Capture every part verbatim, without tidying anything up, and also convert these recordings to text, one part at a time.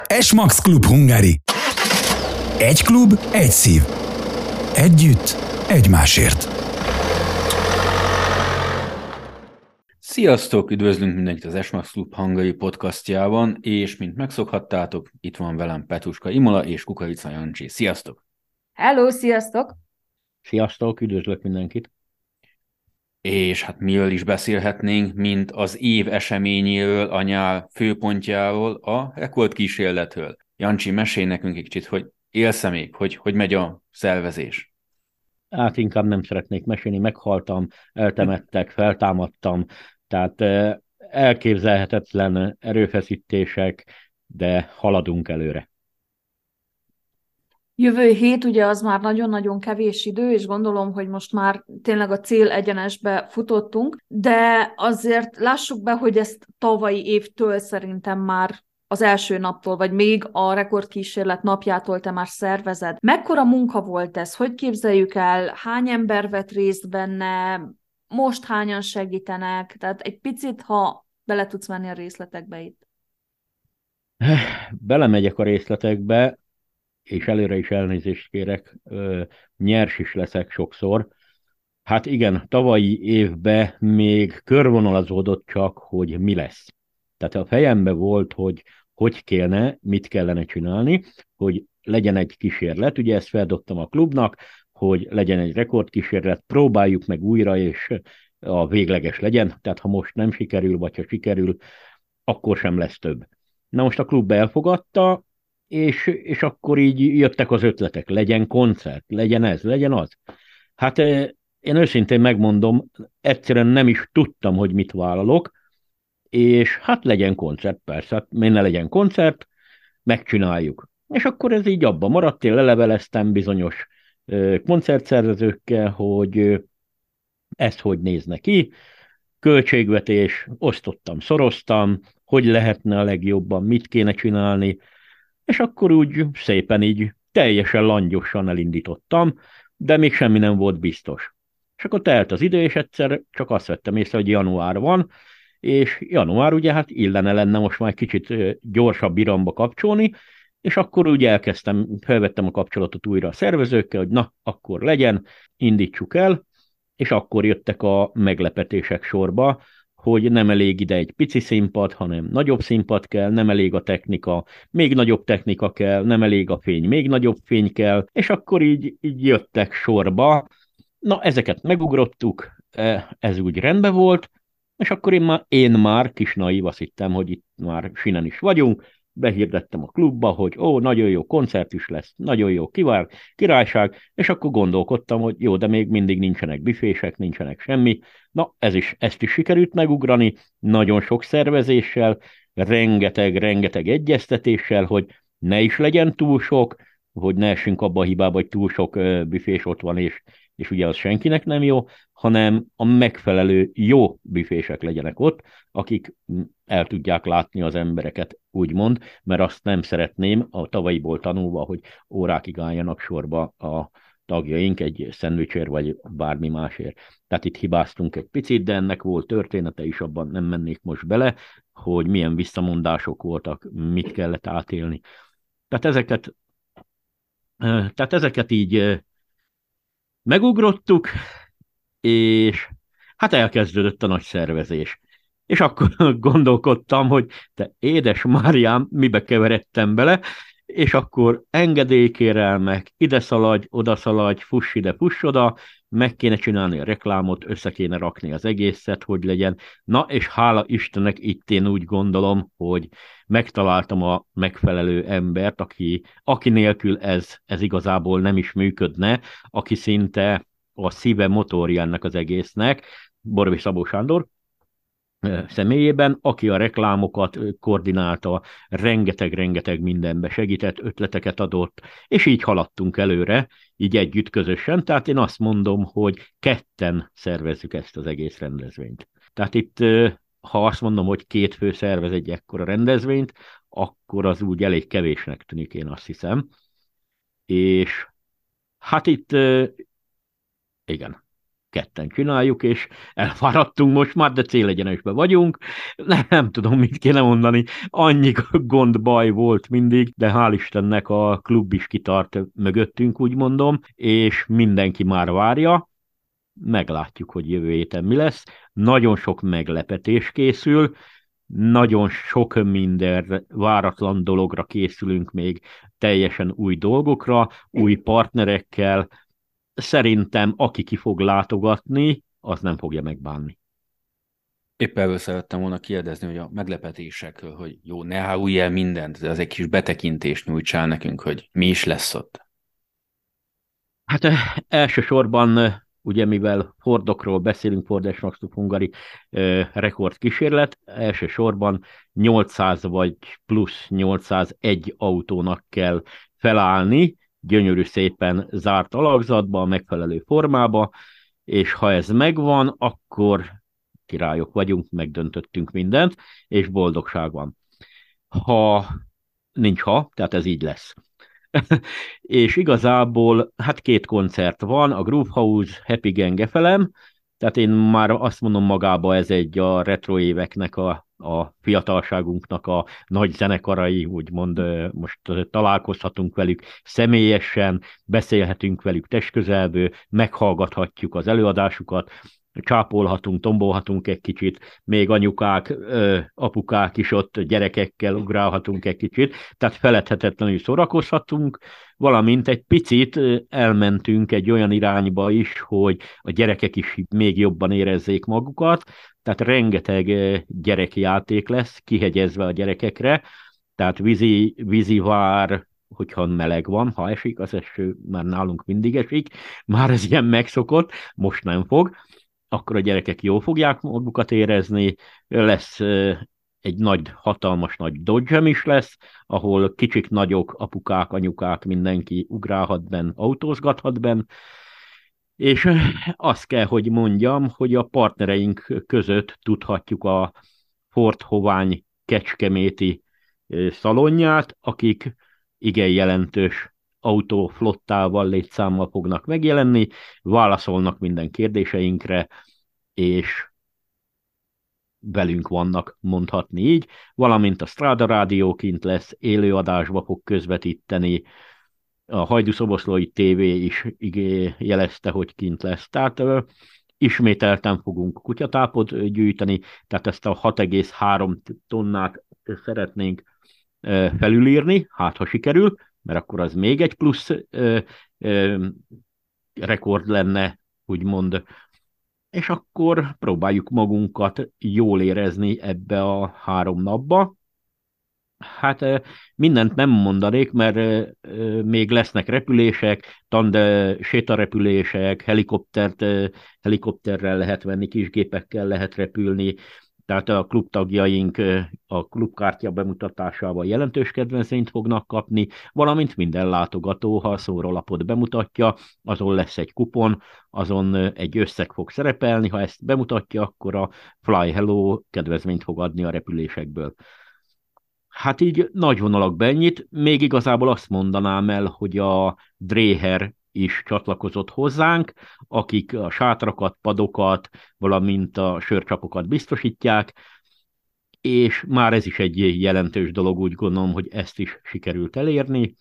S-Max Klub Hungary. Egy klub, egy szív. Együtt, egymásért. Sziasztok! Üdvözlünk mindenkit az S-Max Klub Hungary podcastjában, és mint megszokhattátok, itt van velem Petuska Imola és Kukavica Jancsi. Sziasztok! Hello, sziasztok! Sziasztok, üdvözlök mindenkit! És hát miről is beszélhetnénk, mint az év eseményéről, a nyár főpontjáról, a rekordkísérletről. Jancsi, mesélj nekünk egy kicsit, hogy élsz még, hogy, hogy megy a szervezés? Hát inkább nem szeretnék mesélni, meghaltam, eltemettek, feltámadtam, tehát elképzelhetetlen erőfeszítések, de haladunk előre. Jövő hét ugye az már nagyon-nagyon kevés idő, és gondolom, hogy most már tényleg a cél egyenesbe futottunk, de azért lássuk be, hogy ezt tavalyi évtől szerintem már az első naptól, vagy még a rekordkísérlet napjától te már szervezed. Mekkora munka volt ez? Hogy képzeljük el? Hány ember vett részt benne? Most hányan segítenek? Tehát egy picit, ha bele tudsz menni a részletekbe itt. Belemegyek a részletekbe, és előre is elnézést kérek, nyers is leszek sokszor. Hát igen, tavalyi évben még körvonalazódott csak, hogy mi lesz. Tehát a fejemben volt, hogy hogy kéne, mit kellene csinálni, hogy legyen egy kísérlet. Ugye ezt feldobtam a klubnak, hogy legyen egy rekordkísérlet, próbáljuk meg újra, és a végleges legyen. Tehát ha most nem sikerül, vagy ha sikerül, akkor sem lesz több. Na most a klub elfogadta, és, és akkor így jöttek az ötletek, legyen koncert, legyen ez, legyen az. Hát én őszintén megmondom, egyszerűen nem is tudtam, hogy mit vállalok, és hát legyen koncert, persze, hát miért ne legyen koncert, megcsináljuk. És akkor ez így abba maradt, én leleveleztem bizonyos koncertszervezőkkel, hogy ez hogy néz neki, költségvetés, osztottam, szoroztam, hogy lehetne a legjobban, mit kéne csinálni, és akkor úgy szépen így teljesen langyosan elindítottam, de még semmi nem volt biztos. És akkor telt az idő, és egyszer csak azt vettem észre, hogy január van, és január ugye hát illene lenne most már kicsit gyorsabb iramba kapcsolni, és akkor úgy elkezdtem, felvettem a kapcsolatot újra a szervezőkkel, hogy na, akkor legyen, indítsuk el, és akkor jöttek a meglepetések sorba, hogy nem elég ide egy pici színpad, hanem nagyobb színpad kell, nem elég a technika, még nagyobb technika kell, nem elég a fény, még nagyobb fény kell, és akkor így, így jöttek sorba. Na, ezeket megugrottuk, ez úgy rendben volt, és akkor én már, én már kis naív, azt hittem, hogy itt már sinen is vagyunk, behirdettem a klubba, hogy ó, nagyon jó koncert is lesz, nagyon jó kivár, királyság, és akkor gondolkodtam, hogy jó, de még mindig nincsenek büfések, nincsenek semmi. Na, ez is, ezt is sikerült megugrani, nagyon sok szervezéssel, rengeteg, rengeteg egyeztetéssel, hogy ne is legyen túl sok, hogy ne essünk abba a hibába, hogy túl sok büfés ott van, és, és ugye az senkinek nem jó, hanem a megfelelő jó büfések legyenek ott, akik el tudják látni az embereket, úgymond, mert azt nem szeretném, a tavalyiból tanulva, hogy órákig álljanak sorba a tagjaink egy szendvicsért, vagy bármi másért. Tehát itt hibáztunk egy picit, de ennek volt története is, abban nem mennék most bele, hogy milyen visszamondások voltak, mit kellett átélni. Tehát ezeket, tehát ezeket így megugrottuk, és hát elkezdődött a nagy szervezés. És akkor gondolkodtam, hogy te édes Máriám, mibe keveredtem bele, és akkor engedélykérelmek, ide szaladj, oda szaladj, fuss ide, fuss oda, meg kéne csinálni a reklámot, össze kéne rakni az egészet, hogy legyen. Na, és hála Istennek itt én úgy gondolom, hogy megtaláltam a megfelelő embert, aki, aki nélkül ez, ez igazából nem is működne, aki szinte a szíve motorja ennek az egésznek, Borvi Szabó Sándor személyében, aki a reklámokat koordinálta, rengeteg-rengeteg mindenbe segített, ötleteket adott, és így haladtunk előre, így együtt közösen, tehát én azt mondom, hogy ketten szervezzük ezt az egész rendezvényt. Tehát itt, ha azt mondom, hogy két fő szervez egy ekkora rendezvényt, akkor az úgy elég kevésnek tűnik, én azt hiszem. És hát itt, igen. ketten csináljuk, és elfáradtunk most már, de célegyenesben vagyunk. Nem, nem tudom, mit kéne mondani. Annyi gond, baj volt mindig, de hál' Istennek a klub is kitart mögöttünk, úgy mondom, és mindenki már várja. Meglátjuk, hogy jövő héten mi lesz. Nagyon sok meglepetés készül, nagyon sok minden váratlan dologra készülünk még, teljesen új dolgokra, új partnerekkel. Szerintem, aki ki fog látogatni, az nem fogja megbánni. Épp erről szerettem volna kérdezni, hogy a meglepetésekről, hogy jó, ne árulj el mindent, de az egy kis betekintést nyújtsál nekünk, hogy mi is lesz ott. Hát elsősorban, ugye mivel Fordokról beszélünk, Ford és Maxtuf Hungary rekordkísérlet, elsősorban nyolcszáz vagy plusz nyolcszázegy autónak kell felállni, gyönyörű szépen zárt alakzatba, a megfelelő formába, és ha ez megvan, akkor királyok vagyunk, megdöntöttünk mindent, és boldogság van. Ha nincs ha, tehát ez így lesz. És igazából hát két koncert van, a Groove House, Happy Gang ef el em, tehát én már azt mondom magába, ez egy a retro éveknek, a, a fiatalságunknak a nagy zenekarai, úgymond most találkozhatunk velük személyesen, beszélhetünk velük testközelből, meghallgathatjuk az előadásukat, csápolhatunk, tombolhatunk egy kicsit, még anyukák, apukák is ott gyerekekkel ugrálhatunk egy kicsit, tehát feledhetetlenül szórakozhatunk, valamint egy picit elmentünk egy olyan irányba is, hogy a gyerekek is még jobban érezzék magukat, tehát rengeteg gyerekjáték lesz kihegyezve a gyerekekre, tehát vízi, vízivár, hogyha meleg van, ha esik, az eső már nálunk mindig esik, már ez ilyen megszokott, most nem fog, akkor a gyerekek jól fogják magukat érezni, lesz egy nagy, hatalmas nagy dodge is lesz, ahol kicsik, nagyok, apukák, anyukák, mindenki ugrálhat benn, autózgathat benn, és azt kell, hogy mondjam, hogy a partnereink között tudhatjuk a Ford Hovány kecskeméti szalonját, akik igen jelentős autóflottával, létszámmal fognak megjelenni, válaszolnak minden kérdéseinkre, és velünk vannak, mondhatni így, valamint a Strada Rádió kint lesz, élőadásba fog közvetíteni, a Hajdú-Szoboszlói té vé is jelezte, hogy kint lesz. Tehát ö, ismételten fogunk kutyatápot gyűjteni, tehát ezt a hat egész három tonnát szeretnénk ö, felülírni, hát ha sikerül, mert akkor az még egy plusz ö, ö, rekord lenne, úgymond, és akkor próbáljuk magunkat jól érezni ebbe a három napba. Hát mindent nem mondanék, mert még lesznek repülések, tande, sétarepülések, helikoptert, helikopterrel lehet venni, kisgépekkel lehet repülni, tehát a klubtagjaink a klubkártya bemutatásával jelentős kedvezményt fognak kapni, valamint minden látogató, ha a szórólapot bemutatja, azon lesz egy kupon, azon egy összeg fog szerepelni, ha ezt bemutatja, akkor a Fly Hello kedvezményt fog adni a repülésekből. Hát így nagy vonalakban ennyit, még igazából azt mondanám el, hogy a Dréher is csatlakozott hozzánk, akik a sátrakat, padokat, valamint a sörcsapokat biztosítják, és már ez is egy jelentős dolog, úgy gondolom, hogy ezt is sikerült elérni.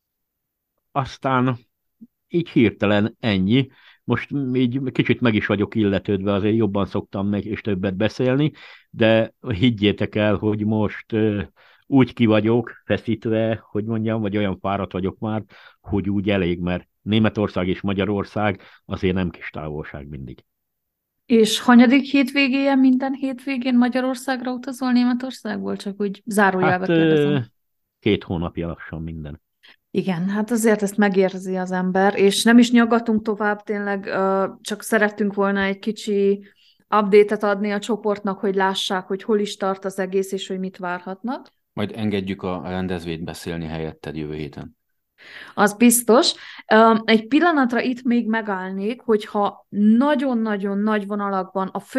Aztán így hirtelen ennyi. Most így kicsit meg is vagyok illetődve, azért jobban szoktam meg és többet beszélni, de higgyétek el, hogy most úgy ki vagyok feszítve, hogy mondjam, vagy olyan fáradt vagyok már, hogy úgy elég, mert Németország és Magyarország azért nem kis távolság mindig. És hanyadik hétvégéje minden hétvégén Magyarországra utazol Németországból? Csak úgy zárójelbe hát, kérdezem. Két hónapja lassan minden. Igen, hát azért ezt megérzi az ember, és nem is nyagatunk tovább, tényleg csak szerettünk volna egy kicsi update-et adni a csoportnak, hogy lássák, hogy hol is tart az egész, és hogy mit várhatnak. Majd engedjük a rendezvényt beszélni helyetted jövő héten. Az biztos. Egy pillanatra itt még megállnék, hogyha nagyon-nagyon nagy vonalakban a főbb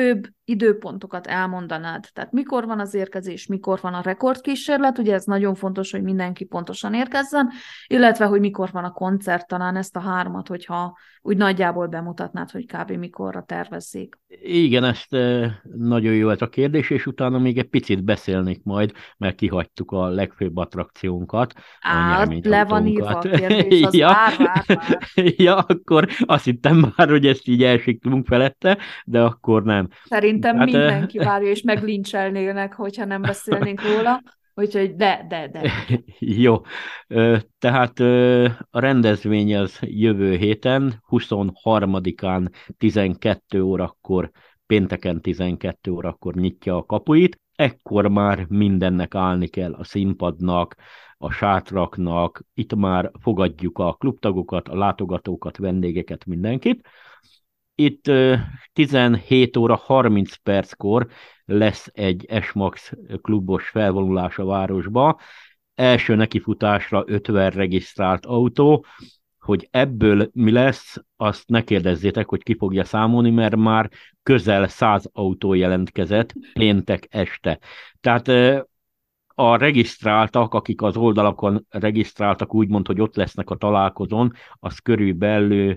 időpontokat elmondanád. Tehát mikor van az érkezés, mikor van a rekordkísérlet, ugye ez nagyon fontos, hogy mindenki pontosan érkezzen, illetve, hogy mikor van a koncert, talán ezt a hármat, hogyha úgy nagyjából bemutatnád, hogy kb. Mikorra tervezzék. Igen, ezt nagyon jó ez a kérdés, és utána még egy picit beszélnék majd, mert kihagytuk a legfőbb attrakciónkat, a nyereményautónkat. Le van írva a kérdés, az ja. vár, vár, vár. Ja, akkor azt hittem már, hogy ezt így elsiklunk felette, de akkor nem. Szerintem hát, mindenki várja, és meglincselnének, hogyha nem beszélnénk róla. Úgyhogy de, de, de. Jó. Tehát a rendezvény az jövő héten, huszonharmadikán tizenkettő órakor, pénteken tizenkettő órakor nyitja a kapuit. Ekkor már mindennek állni kell, a színpadnak, a sátraknak, itt már fogadjuk a klubtagokat, a látogatókat, vendégeket, mindenkit. Itt tizenhét óra harminc perckor lesz egy S-Max klubos felvonulás a városba. Első nekifutásra ötven regisztrált autó, hogy ebből mi lesz, azt ne kérdezzétek, hogy ki fogja számolni, mert már közel száz autó jelentkezett péntek este. Tehát a regisztráltak, akik az oldalakon regisztráltak, úgymond, hogy ott lesznek a találkozón, az körülbelül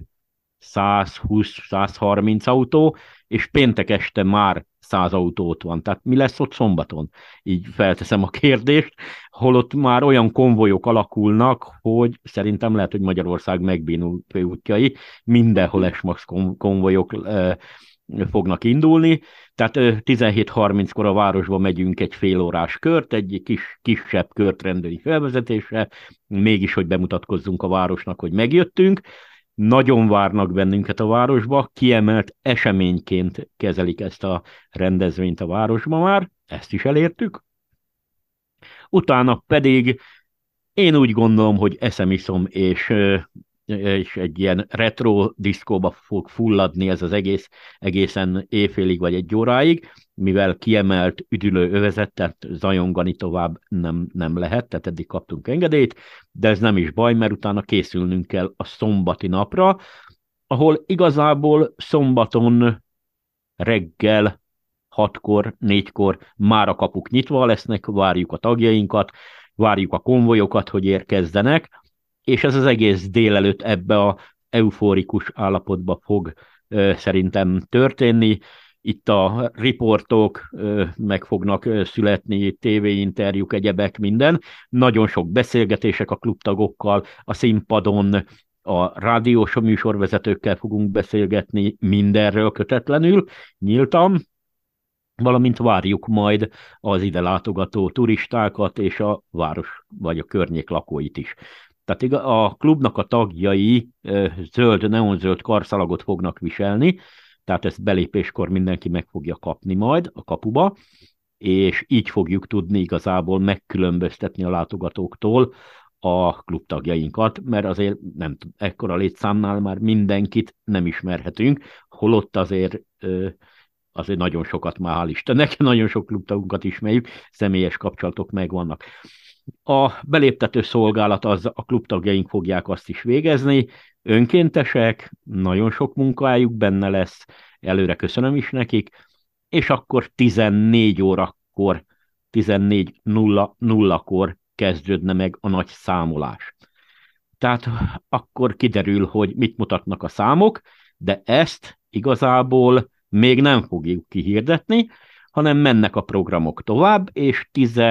százhúsz-százharminc autó, és péntek este már száz autó ott van. Tehát mi lesz ott szombaton? Így felteszem a kérdést, holott már olyan konvojok alakulnak, hogy szerintem lehet, hogy Magyarország megbénul főútjai, mindenhol S-Max konvojok e, fognak indulni, tehát tizenhét harminckor a városba megyünk egy félórás kört, egy kis, kisebb kört rendőri felvezetésre, mégis, hogy bemutatkozzunk a városnak, hogy megjöttünk. Nagyon várnak bennünket a városba, kiemelt eseményként kezelik ezt a rendezvényt a városba már, ezt is elértük. Utána pedig én úgy gondolom, hogy eszem iszom, és, és egy ilyen retro diszkóba fog fulladni ez az egész, egészen éjfélig vagy egy óráig, mivel kiemelt üdülő övezet, tehát zajongani tovább nem, nem lehet, tehát eddig kaptunk engedélyt, de ez nem is baj, mert utána készülnünk kell a szombati napra, ahol igazából szombaton reggel hatkor, négykor már a kapuk nyitva lesznek, várjuk a tagjainkat, várjuk a konvojokat, hogy érkezzenek, és ez az egész délelőtt ebbe a euforikus állapotba fog ö, szerintem történni. Itt a riportok ö, meg fognak ö, születni, tévéinterjúk, egyebek, minden. Nagyon sok beszélgetések a klubtagokkal, a színpadon, a rádiós műsorvezetőkkel fogunk beszélgetni mindenről kötetlenül, nyíltan, valamint várjuk majd az ide látogató turistákat és a város vagy a környék lakóit is. Tehát a klubnak a tagjai zöld, neonzöld karszalagot fognak viselni, tehát ezt belépéskor mindenki meg fogja kapni majd a kapuba, és így fogjuk tudni igazából megkülönböztetni a látogatóktól a klubtagjainkat, mert azért nem tudom, ekkora létszámnál már mindenkit nem ismerhetünk, holott azért azért nagyon sokat már, hál' Istennek, nagyon sok klubtagunkat ismerjük, személyes kapcsolatok megvannak. A beléptető szolgálat, az a klubtagjaink fogják azt is végezni, önkéntesek, nagyon sok munkájuk benne lesz, előre köszönöm is nekik, és akkor tizennégy órakor, tizennégy nulla nullakor kezdődne meg a nagy számolás. Tehát akkor kiderül, hogy mit mutatnak a számok, de ezt igazából még nem fogjuk kihirdetni, hanem mennek a programok tovább, és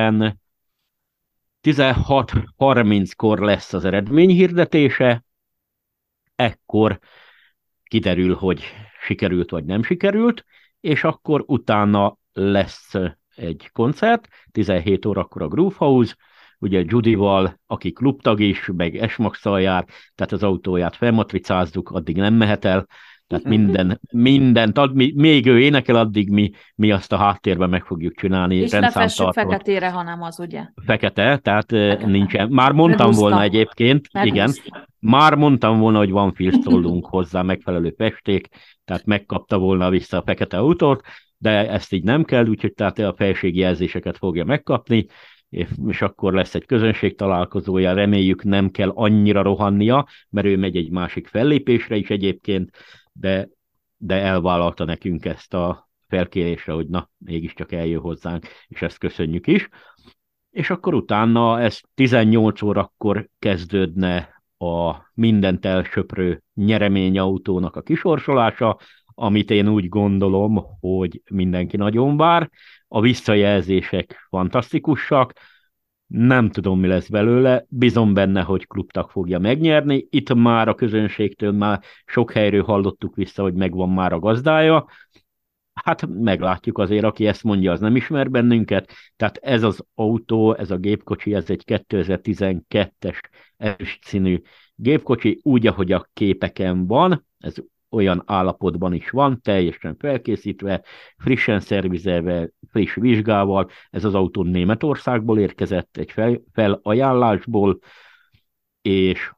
tizenhat harminckor lesz az eredmény hirdetése, ekkor kiderül, hogy sikerült vagy nem sikerült, és akkor utána lesz egy koncert, tizenhét órakor a Groove House, ugye Judyval, aki klubtag is, meg S-Max-szal jár, tehát az autóját felmatricázzuk, addig nem mehet el, tehát minden, mindent, ad, mi, még ő énekel, addig mi, mi azt a háttérben meg fogjuk csinálni. És ne fessük feketére, hanem az, ugye? Fekete, tehát Fekete. Nincsen. Már mondtam Meghúztam. volna egyébként, Meghúztam. igen, már mondtam volna, hogy van filctollunk hozzá megfelelő festék, tehát megkapta volna vissza a fekete autót, de ezt így nem kell, úgyhogy tehát a felségjelzéseket fogja megkapni, és akkor lesz egy közönség találkozója, reméljük nem kell annyira rohannia, mert ő megy egy másik fellépésre is egyébként, de, de elvállalta nekünk ezt a felkérésre, hogy na, mégiscsak eljön hozzánk, és ezt köszönjük is. És akkor utána ez tizennyolc órakor kezdődne a mindent elsöprő nyereményautónak a kisorsolása, amit én úgy gondolom, hogy mindenki nagyon vár. A visszajelzések fantasztikusak, nem tudom, mi lesz belőle, bízom benne, hogy klubtag fogja megnyerni. Itt már a közönségtől már sok helyről hallottuk vissza, hogy megvan már a gazdája. Hát meglátjuk azért, aki ezt mondja, az nem ismer bennünket. Tehát ez az autó, ez a gépkocsi, ez egy kétezer-tizenkettes ezüst színű gépkocsi, úgy, ahogy a képeken van, ez olyan állapotban is van, teljesen felkészítve, frissen szervizelve, friss vizsgával. Ez az autó Németországból érkezett, egy fel, felajánlásból, és,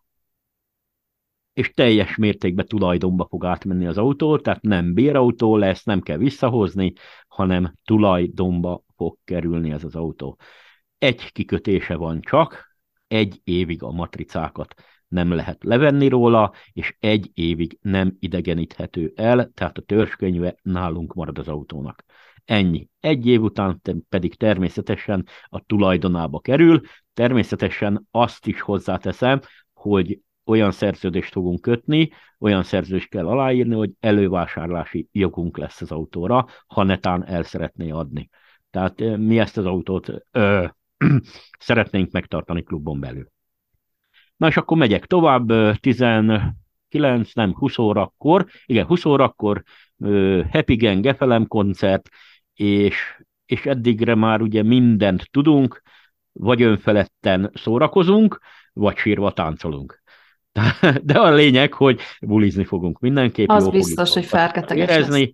és teljes mértékben tulajdonba fog átmenni az autó, tehát nem bérautó lesz, nem kell visszahozni, hanem tulajdonba fog kerülni ez az autó. Egy kikötése van csak, egy évig a matricákat nem lehet levenni róla, és egy évig nem idegeníthető el, tehát a törzskönyve nálunk marad az autónak. Ennyi. Egy év után pedig természetesen a tulajdonába kerül. Természetesen azt is hozzáteszem, hogy olyan szerződést fogunk kötni, olyan szerződést kell aláírni, hogy elővásárlási jogunk lesz az autóra, ha netán el szeretné adni. Tehát mi ezt az autót ö, szeretnénk megtartani klubon belül. Na és akkor megyek tovább, tizenkilenc, nem, húsz órakor, igen, húsz órakor uh, Happy Gang ef el em koncert, és, és eddigre már ugye mindent tudunk, vagy önfeledten szórakozunk, vagy sírva táncolunk. De a lényeg, hogy bulizni fogunk mindenképp. Az biztos, hogy fergeteges érezni,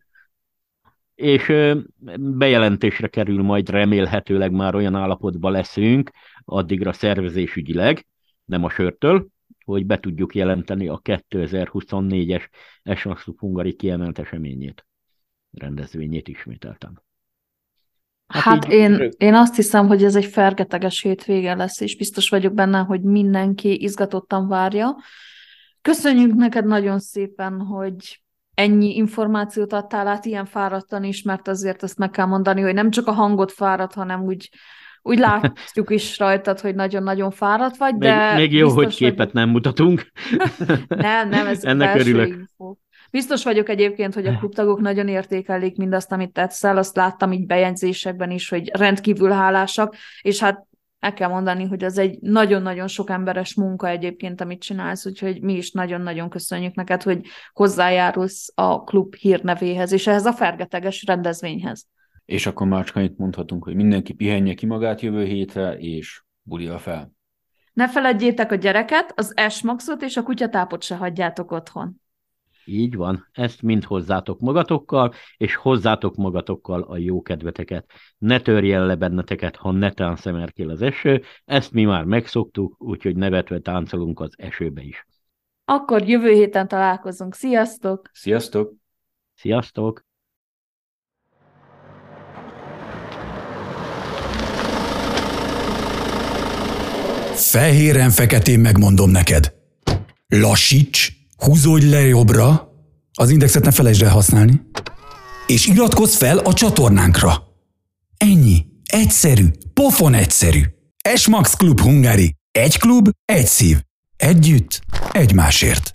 és uh, bejelentésre kerül majd remélhetőleg már olyan állapotban leszünk, addigra szervezésügyileg, nem a sörtől, hogy be tudjuk jelenteni a kétezer-huszonnégyes S-Max Club Hungary kiemelt eseményét, rendezvényét ismételtem. Hát, hát én, én azt hiszem, hogy ez egy fergeteges hétvége lesz, és biztos vagyok benne, hogy mindenki izgatottan várja. Köszönjük neked nagyon szépen, hogy ennyi információt adtál át ilyen fáradtan is, mert azért ezt meg kell mondani, hogy nem csak a hangod fárad, hanem úgy Úgy látjuk is rajtad, hogy nagyon-nagyon fáradt vagy, de... Még, még jó, hogy képet vagyok... nem mutatunk. nem, nem, ez ennek belső örülök. info. Biztos vagyok egyébként, hogy a klubtagok nagyon értékelik mindazt, amit tetszel, azt láttam így bejegyzésekben is, hogy rendkívül hálásak, és hát meg kell mondani, hogy az egy nagyon-nagyon sok emberes munka egyébként, amit csinálsz, úgyhogy mi is nagyon-nagyon köszönjük neked, hogy hozzájárulsz a klub hírnevéhez, és ehhez a fergeteges rendezvényhez. És akkor már csak annyit mondhatunk, hogy mindenki pihenje ki magát jövő hétre, és bulja fel. Ne feledjétek a gyereket, az S-Maxot és a kutyatápot se hagyjátok otthon. Így van, ezt mind hozzátok magatokkal, és hozzátok magatokkal a jó kedveteket. Ne törjen le benneteket, ha netán szemerkél az eső, ezt mi már megszoktuk, úgyhogy nevetve táncolunk az esőbe is. Akkor jövő héten találkozunk. Sziasztok! Sziasztok! Sziasztok! Fehéren-feketén megmondom neked. Lassíts, húzódj le jobbra, az indexet ne felejtsd el használni, és iratkozz fel a csatornánkra. Ennyi. Egyszerű. Pofon egyszerű. S-Max Club Hungary. Egy klub, egy szív. Együtt, egymásért.